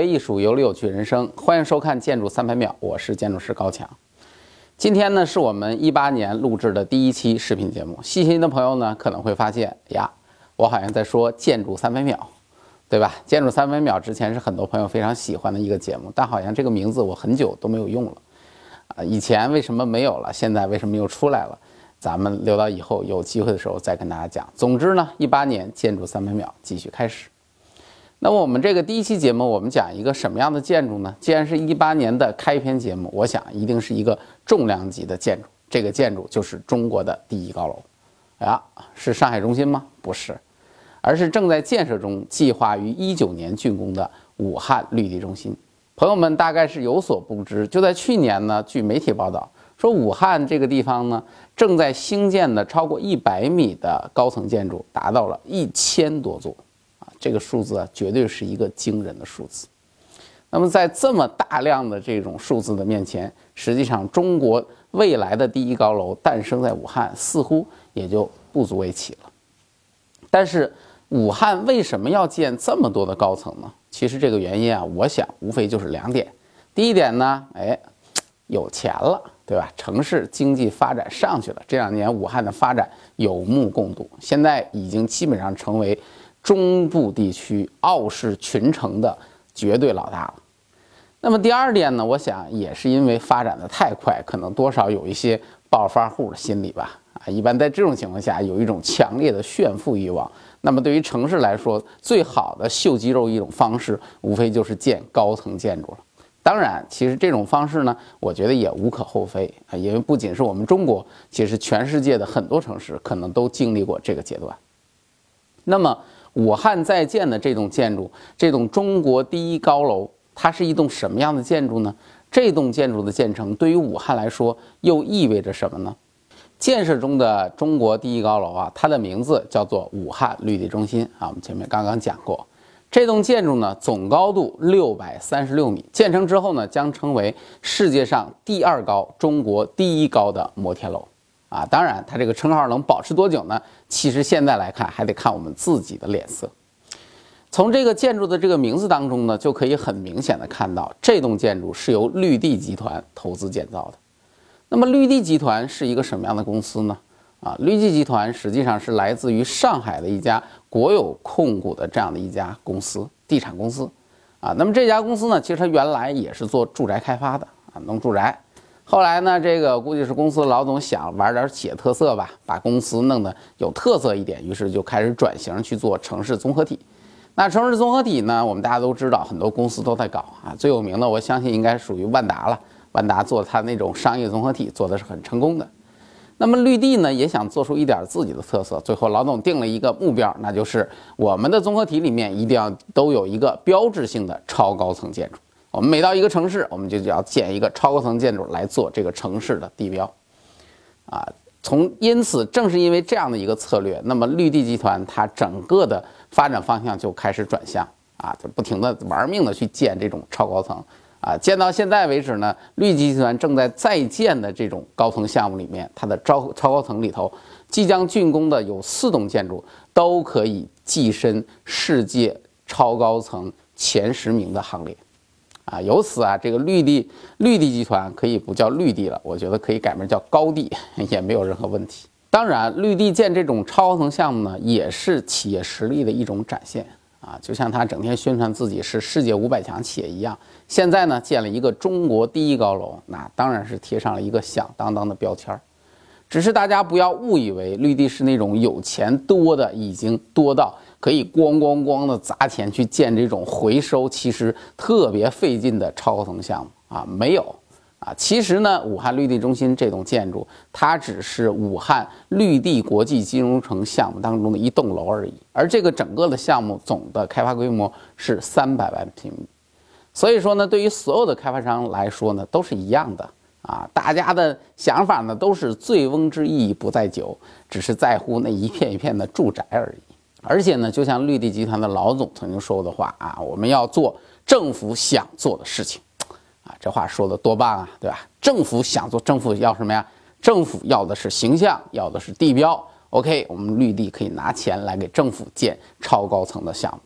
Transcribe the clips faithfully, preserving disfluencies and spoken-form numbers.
为艺术，有理有趣人生。欢迎收看《建筑三百秒》，我是建筑师高强。今天呢，是我们一八年录制的第一期视频节目。细心的朋友呢，可能会发现呀，我好像在说《建筑三百秒》，对吧？《建筑三百秒》之前是很多朋友非常喜欢的一个节目，但好像这个名字我很久都没有用了。啊，以前为什么没有了？现在为什么又出来了？咱们留到以后有机会的时候再跟大家讲。总之呢，一八年《建筑三百秒》继续开始。那么我们这个第一期节目，我们讲一个什么样的建筑呢？既然是一八年的开篇节目，我想一定是一个重量级的建筑。这个建筑就是中国的第一高楼。啊，是上海中心吗？不是，而是正在建设中、计划于一九年竣工的武汉绿地中心。朋友们大概是有所不知，就在去年呢，据媒体报道说，武汉这个地方呢，正在兴建的超过一百米的高层建筑达到了一千多座。这个数字啊，绝对是一个惊人的数字。那么在这么大量的这种数字的面前，实际上中国未来的第一高楼诞生在武汉，似乎也就不足为奇了。但是武汉为什么要建这么多的高层呢？其实这个原因啊，我想无非就是两点。第一点呢，哎，有钱了，对吧？城市经济发展上去了，这两年武汉的发展有目共睹，现在已经基本上成为中部地区傲视群城的绝对老大了。那么第二点呢，我想也是因为发展的太快，可能多少有一些暴发户的心理吧。啊，一般在这种情况下，有一种强烈的炫富欲望。那么对于城市来说，最好的秀肌肉一种方式，无非就是建高层建筑了。当然，其实这种方式呢，我觉得也无可厚非啊，因为不仅是我们中国，其实全世界的很多城市可能都经历过这个阶段。那么武汉在建的这栋建筑，这栋中国第一高楼，它是一栋什么样的建筑呢？这栋建筑的建成对于武汉来说又意味着什么呢？建设中的中国第一高楼啊，它的名字叫做武汉绿地中心啊，我们前面刚刚讲过。这栋建筑呢，总高度六百三十六米，建成之后呢，将成为世界上第二高、中国第一高的摩天楼。啊，当然，它这个称号能保持多久呢？其实现在来看，还得看我们自己的脸色。从这个建筑的这个名字当中呢，就可以很明显的看到，这栋建筑是由绿地集团投资建造的。那么，绿地集团是一个什么样的公司呢？啊，绿地集团实际上是来自于上海的一家国有控股的这样的一家公司，地产公司。啊，那么这家公司呢，其实它原来也是做住宅开发的啊，弄住宅。后来呢，这个估计是公司老总想玩点企业特色吧，把公司弄得有特色一点，于是就开始转型去做城市综合体。那城市综合体呢，我们大家都知道，很多公司都在搞啊。最有名的，我相信应该属于万达了。万达做它那种商业综合体做的是很成功的。那么绿地呢，也想做出一点自己的特色。最后老总定了一个目标，那就是我们的综合体里面一定要都有一个标志性的超高层建筑。我们每到一个城市，我们就要建一个超高层建筑来做这个城市的地标，啊，从因此正是因为这样的一个策略，那么绿地集团它整个的发展方向就开始转向啊，就不停的玩命的去建这种超高层啊，建到现在为止呢，绿地集团正在在建的这种高层项目里面，它的超超高层里头即将竣工的有四栋建筑都可以跻身世界超高层前十名的行列。啊，由此啊，这个绿地绿地集团可以不叫绿地了，我觉得可以改名叫高地，也没有任何问题。当然，绿地建这种超高层项目呢，也是企业实力的一种展现啊。就像他整天宣传自己是世界五百强企业一样，现在呢建了一个中国第一高楼，那当然是贴上了一个响当当的标签。只是大家不要误以为绿地是那种有钱多的，已经多到可以咣咣咣的砸钱去建这种回收其实特别费劲的超高层项目啊，没有啊。其实呢，武汉绿地中心这栋建筑，它只是武汉绿地国际金融城项目当中的一栋楼而已，而这个整个的项目总的开发规模是三百万平米。所以说呢，对于所有的开发商来说呢，都是一样的。啊，大家的想法呢都是醉翁之意不在酒，只是在乎那一片一片的住宅而已。而且呢，就像绿地集团的老总曾经说的话啊，我们要做政府想做的事情。啊，这话说的多棒啊，对吧？政府想做，政府要什么呀？政府要的是形象，要的是地标。OK， 我们绿地可以拿钱来给政府建超高层的项目。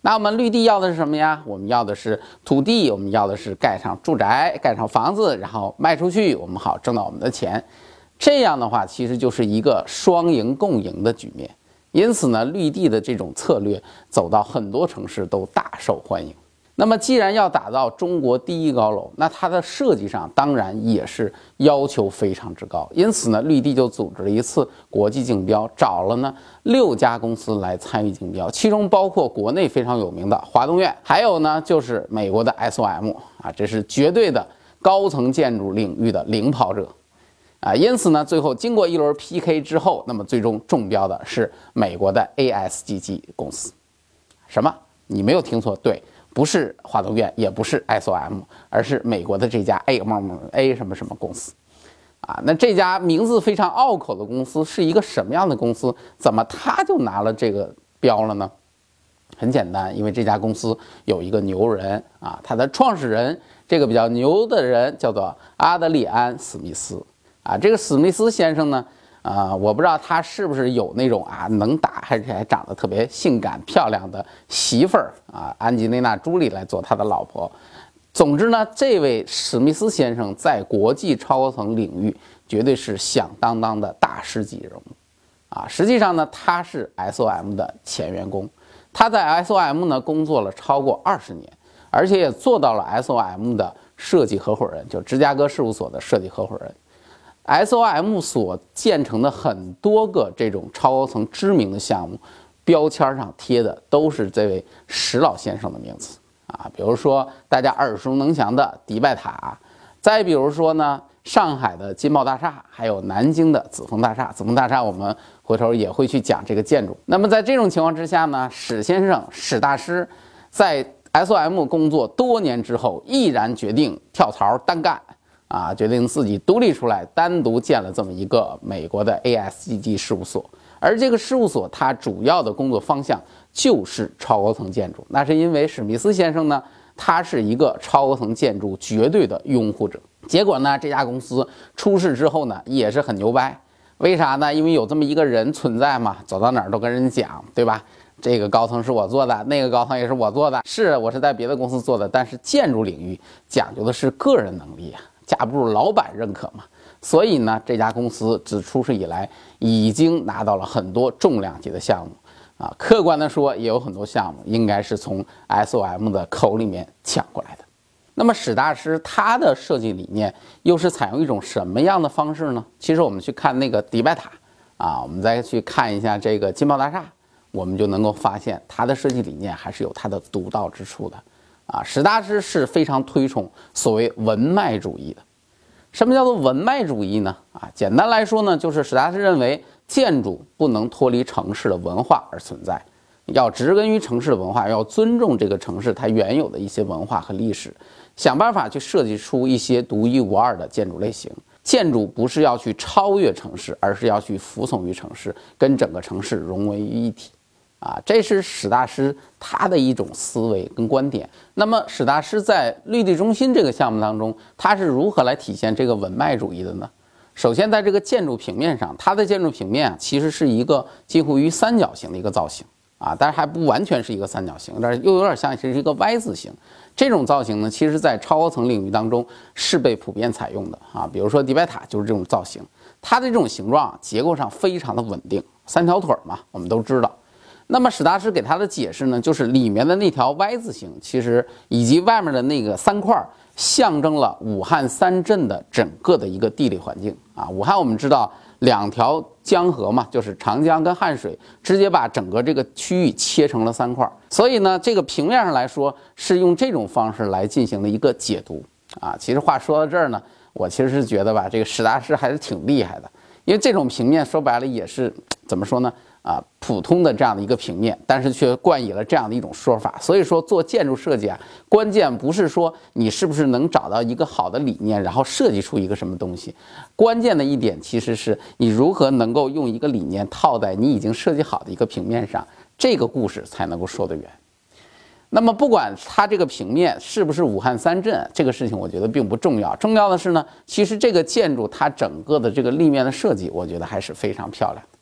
那我们绿地要的是什么呀？我们要的是土地，我们要的是盖上住宅，盖上房子，然后卖出去，我们好挣到我们的钱。这样的话，其实就是一个双赢共赢的局面。因此呢，绿地的这种策略走到很多城市都大受欢迎。那么既然要打造中国第一高楼，那它的设计上当然也是要求非常之高。因此呢，绿地就组织了一次国际竞标，找了呢六家公司来参与竞标，其中包括国内非常有名的华东院，还有呢就是美国的 S O M 啊，这是绝对的高层建筑领域的领跑者啊。因此呢，最后经过一轮 P K 之后，那么最终中标的是美国的 A S G G 公司。什么？你没有听错，对。不是华东院，也不是 S O M， 而是美国的这家 A A 什么什么公司，啊，那这家名字非常拗口的公司是一个什么样的公司？怎么他就拿了这个标了呢？很简单，因为这家公司有一个牛人啊，他的创始人这个比较牛的人叫做阿德里安·史密斯啊，这个史密斯先生呢。啊、呃，我不知道他是不是有那种啊能打，还是还长得特别性感漂亮的媳妇儿啊，安吉丽娜·朱莉来做他的老婆。总之呢，这位史密斯先生在国际超高层领域绝对是响当当的大师级人物啊。实际上呢，他是 S O M 的前员工，他在 S O M 呢工作了超过二十年，而且也做到了 S O M 的设计合伙人，就芝加哥事务所的设计合伙人。S O M 所建成的很多个这种超高层知名的项目，标签上贴的都是这位史老先生的名字啊，比如说大家耳熟能详的迪拜塔，再比如说呢，上海的金茂大厦，还有南京的紫峰大厦。紫峰大厦我们回头也会去讲这个建筑。那么在这种情况之下呢，史先生史大师在 S O M 工作多年之后，毅然决定跳槽单干。啊，决定自己独立出来，单独建了这么一个美国的 A S G G 事务所。而这个事务所它主要的工作方向就是超高层建筑。那是因为史密斯先生呢，他是一个超高层建筑绝对的拥护者。结果呢，这家公司出事之后呢，也是很牛掰。为啥呢？因为有这么一个人存在嘛，走到哪儿都跟人讲，对吧？这个高层是我做的，那个高层也是我做的，是我是在别的公司做的，但是建筑领域讲究的是个人能力啊。架不住老板认可嘛，所以呢，这家公司自出事以来已经拿到了很多重量级的项目啊。客观的说，也有很多项目应该是从 S O M 的口里面抢过来的。那么史大师他的设计理念又是采用一种什么样的方式呢？其实我们去看那个迪拜塔啊，我们再去看一下这个金茂大厦，我们就能够发现他的设计理念还是有他的独到之处的。啊，史大师是非常推崇所谓文脉主义的。什么叫做文脉主义呢？啊，简单来说呢，就是史大师认为建筑不能脱离城市的文化而存在，要植根于城市的文化，要尊重这个城市它原有的一些文化和历史，想办法去设计出一些独一无二的建筑类型。建筑不是要去超越城市，而是要去服从于城市，跟整个城市融为于一体。啊，这是史大师他的一种思维跟观点。那么史大师在绿地中心这个项目当中，他是如何来体现这个文脉主义的呢？首先，在这个建筑平面上，它的建筑平面啊，其实是一个近乎于三角形的一个造型啊，但是还不完全是一个三角形，但是又有点像是一个 Y 字形。这种造型呢，其实在超高层领域当中是被普遍采用的啊，比如说迪拜塔就是这种造型，它的这种形状结构上非常的稳定，三条腿嘛，我们都知道。那么史大师给他的解释呢，就是里面的那条 Y 字形，其实以及外面的那个三块，象征了武汉三镇的整个的一个地理环境啊。武汉我们知道两条江河嘛，就是长江跟汉水，直接把整个这个区域切成了三块，所以呢，这个平面上来说是用这种方式来进行了一个解读啊。其实话说到这儿呢，我其实是觉得吧，这个史大师还是挺厉害的，因为这种平面说白了也是怎么说呢？啊，普通的这样的一个平面，但是却冠以了这样的一种说法。所以说，做建筑设计啊，关键不是说你是不是能找到一个好的理念，然后设计出一个什么东西，关键的一点其实是你如何能够用一个理念套在你已经设计好的一个平面上，这个故事才能够说得远。那么，不管它这个平面是不是武汉三镇，这个事情我觉得并不重要。重要的是呢，其实这个建筑它整个的这个立面的设计，我觉得还是非常漂亮的。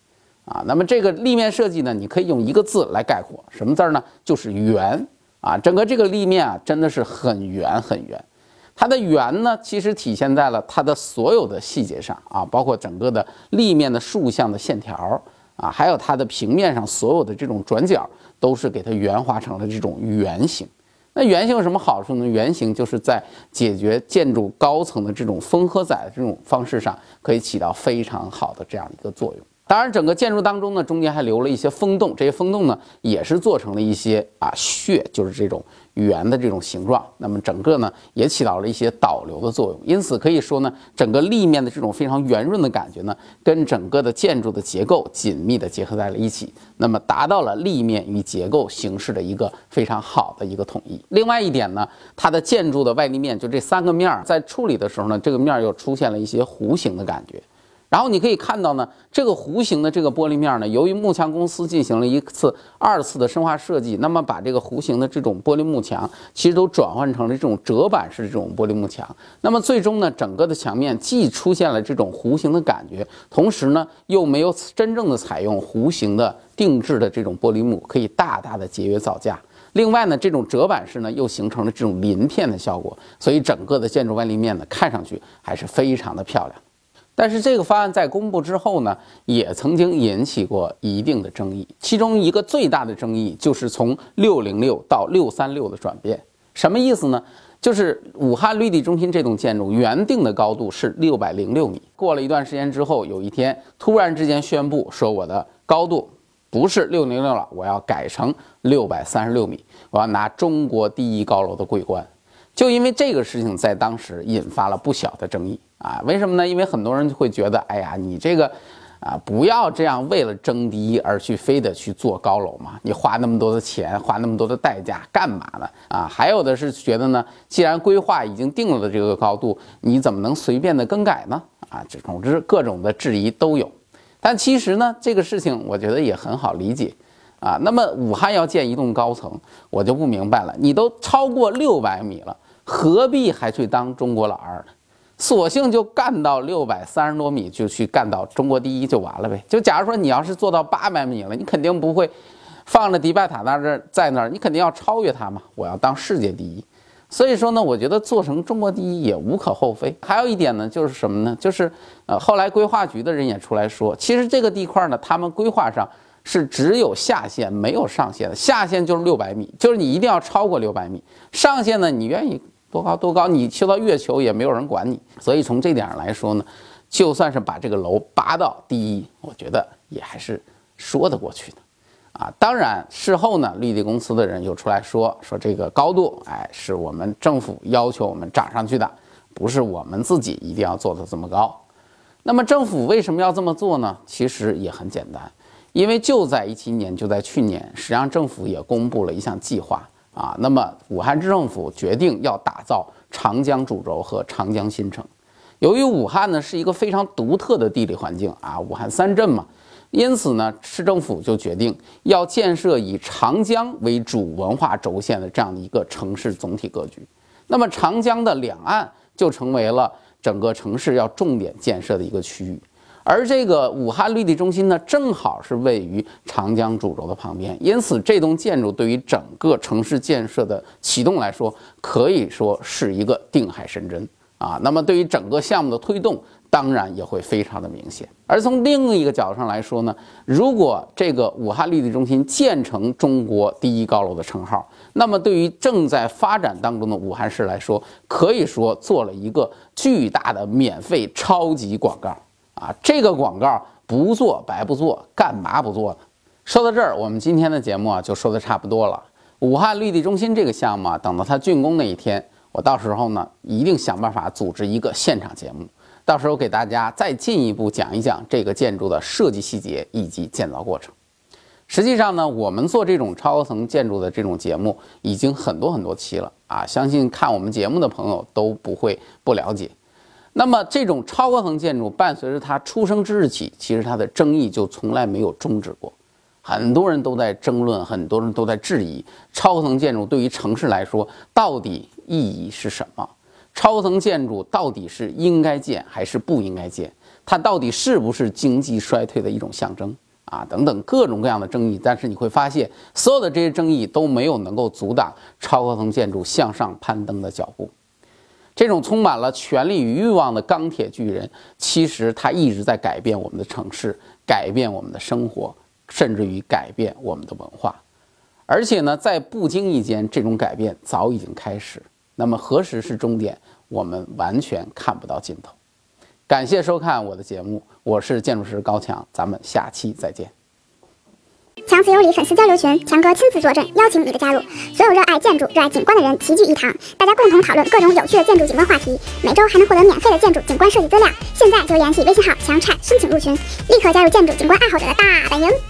啊。那么这个立面设计呢，你可以用一个字来概括，什么字呢？就是圆啊。整个这个立面啊，真的是很圆很圆。它的圆呢，其实体现在了它的所有的细节上啊，包括整个的立面的竖向的线条啊，还有它的平面上所有的这种转角，都是给它圆化成了这种圆形。那圆形有什么好处呢？圆形就是在解决建筑高层的这种风和载的这种方式上，可以起到非常好的这样一个作用。当然，整个建筑当中呢，中间还留了一些风洞，这些风洞呢也是做成了一些啊穴，就是这种圆的这种形状。那么整个呢也起到了一些导流的作用。因此可以说呢，整个立面的这种非常圆润的感觉呢，跟整个的建筑的结构紧密的结合在了一起，那么达到了立面与结构形式的一个非常好的一个统一。另外一点呢，它的建筑的外立面就这三个面在处理的时候呢，这个面又出现了一些弧形的感觉。然后你可以看到呢，这个弧形的这个玻璃面呢，由于幕墙公司进行了一次二次的深化设计，那么把这个弧形的这种玻璃幕墙，其实都转换成了这种折板式的这种玻璃幕墙。那么最终呢，整个的墙面既出现了这种弧形的感觉，同时呢，又没有真正的采用弧形的定制的这种玻璃幕，可以大大的节约造价。另外呢，这种折板式呢，又形成了这种鳞片的效果，所以整个的建筑外立面呢，看上去还是非常的漂亮。但是这个方案在公布之后呢，也曾经引起过一定的争议。其中一个最大的争议就是从六零六到六三六的转变。什么意思呢？就是武汉绿地中心这栋建筑原定的高度是六百零六米，过了一段时间之后，有一天突然之间宣布说我的高度不是六零六了，我要改成六百三十六米，我要拿中国第一高楼的桂冠。就因为这个事情，在当时引发了不小的争议啊！为什么呢？因为很多人会觉得，哎呀，你这个啊，不要这样为了争第一而去非得去做高楼嘛！你花那么多的钱，花那么多的代价，干嘛呢？啊！还有的是觉得呢，既然规划已经定了的这个高度，你怎么能随便的更改呢？啊，这总之各种的质疑都有。但其实呢，这个事情我觉得也很好理解。啊，那么武汉要建一栋高层，我就不明白了，你都超过六百米了，何必还去当中国老二呢？索性就干到六百三十多米，就去干到中国第一就完了呗。就假如说你要是做到八百米了，你肯定不会放着迪拜塔那儿在那儿，你肯定要超越它嘛。我要当世界第一，所以说呢，我觉得做成中国第一也无可厚非。还有一点呢，就是什么呢？就是呃，后来规划局的人也出来说，其实这个地块呢，他们规划上是只有下限没有上限的，下限就是六百米，就是你一定要超过六百米，上限呢你愿意多高多高，你修到月球也没有人管你。所以从这点上来说呢，就算是把这个楼拔到第一，我觉得也还是说得过去的啊。当然事后呢，绿地公司的人又出来说说这个高度，哎，是我们政府要求我们涨上去的，不是我们自己一定要做的这么高。那么政府为什么要这么做呢？其实也很简单。因为就在一七年，就在去年，实际上政府也公布了一项计划啊。那么武汉市政府决定要打造长江主轴和长江新城。由于武汉呢是一个非常独特的地理环境啊，武汉三镇嘛，因此呢，市政府就决定要建设以长江为主文化轴线的这样的一个城市总体格局。那么长江的两岸就成为了整个城市要重点建设的一个区域。而这个武汉绿地中心呢，正好是位于长江主轴的旁边，因此这栋建筑对于整个城市建设的启动来说，可以说是一个定海神针啊。那么对于整个项目的推动，当然也会非常的明显。而从另一个角度上来说呢，如果这个武汉绿地中心建成中国第一高楼的称号，那么对于正在发展当中的武汉市来说，可以说做了一个巨大的免费超级广告。啊，这个广告不做白不做，干嘛不做呢？说到这儿，我们今天的节目啊就说的差不多了。武汉绿地中心这个项目啊，等到它竣工那一天，我到时候呢一定想办法组织一个现场节目，到时候给大家再进一步讲一讲这个建筑的设计细节以及建造过程。实际上呢，我们做这种超高层建筑的这种节目已经很多很多期了啊，相信看我们节目的朋友都不会不了解。那么这种超高层建筑伴随着它出生之日起，其实它的争议就从来没有终止过。很多人都在争论，很多人都在质疑超高层建筑对于城市来说到底意义是什么？超高层建筑到底是应该建还是不应该建？它到底是不是经济衰退的一种象征啊等等各种各样的争议，但是你会发现，所有的这些争议都没有能够阻挡超高层建筑向上攀登的脚步。这种充满了权力与欲望的钢铁巨人，其实他一直在改变我们的城市，改变我们的生活，甚至于改变我们的文化。而且呢，在不经意间，这种改变早已经开始。那么何时是终点？我们完全看不到尽头。感谢收看我的节目，我是建筑师高强，咱们下期再见。 强词有理粉丝交流群，强哥亲自坐镇，邀请你的加入。所有热爱建筑、热爱景观的人齐聚一堂，大家共同讨论各种有趣的建筑景观话题。每周还能获得免费的建筑景观设计资料。现在就联系微信号强 chat 申请入群，立刻加入建筑景观爱好者的大本营。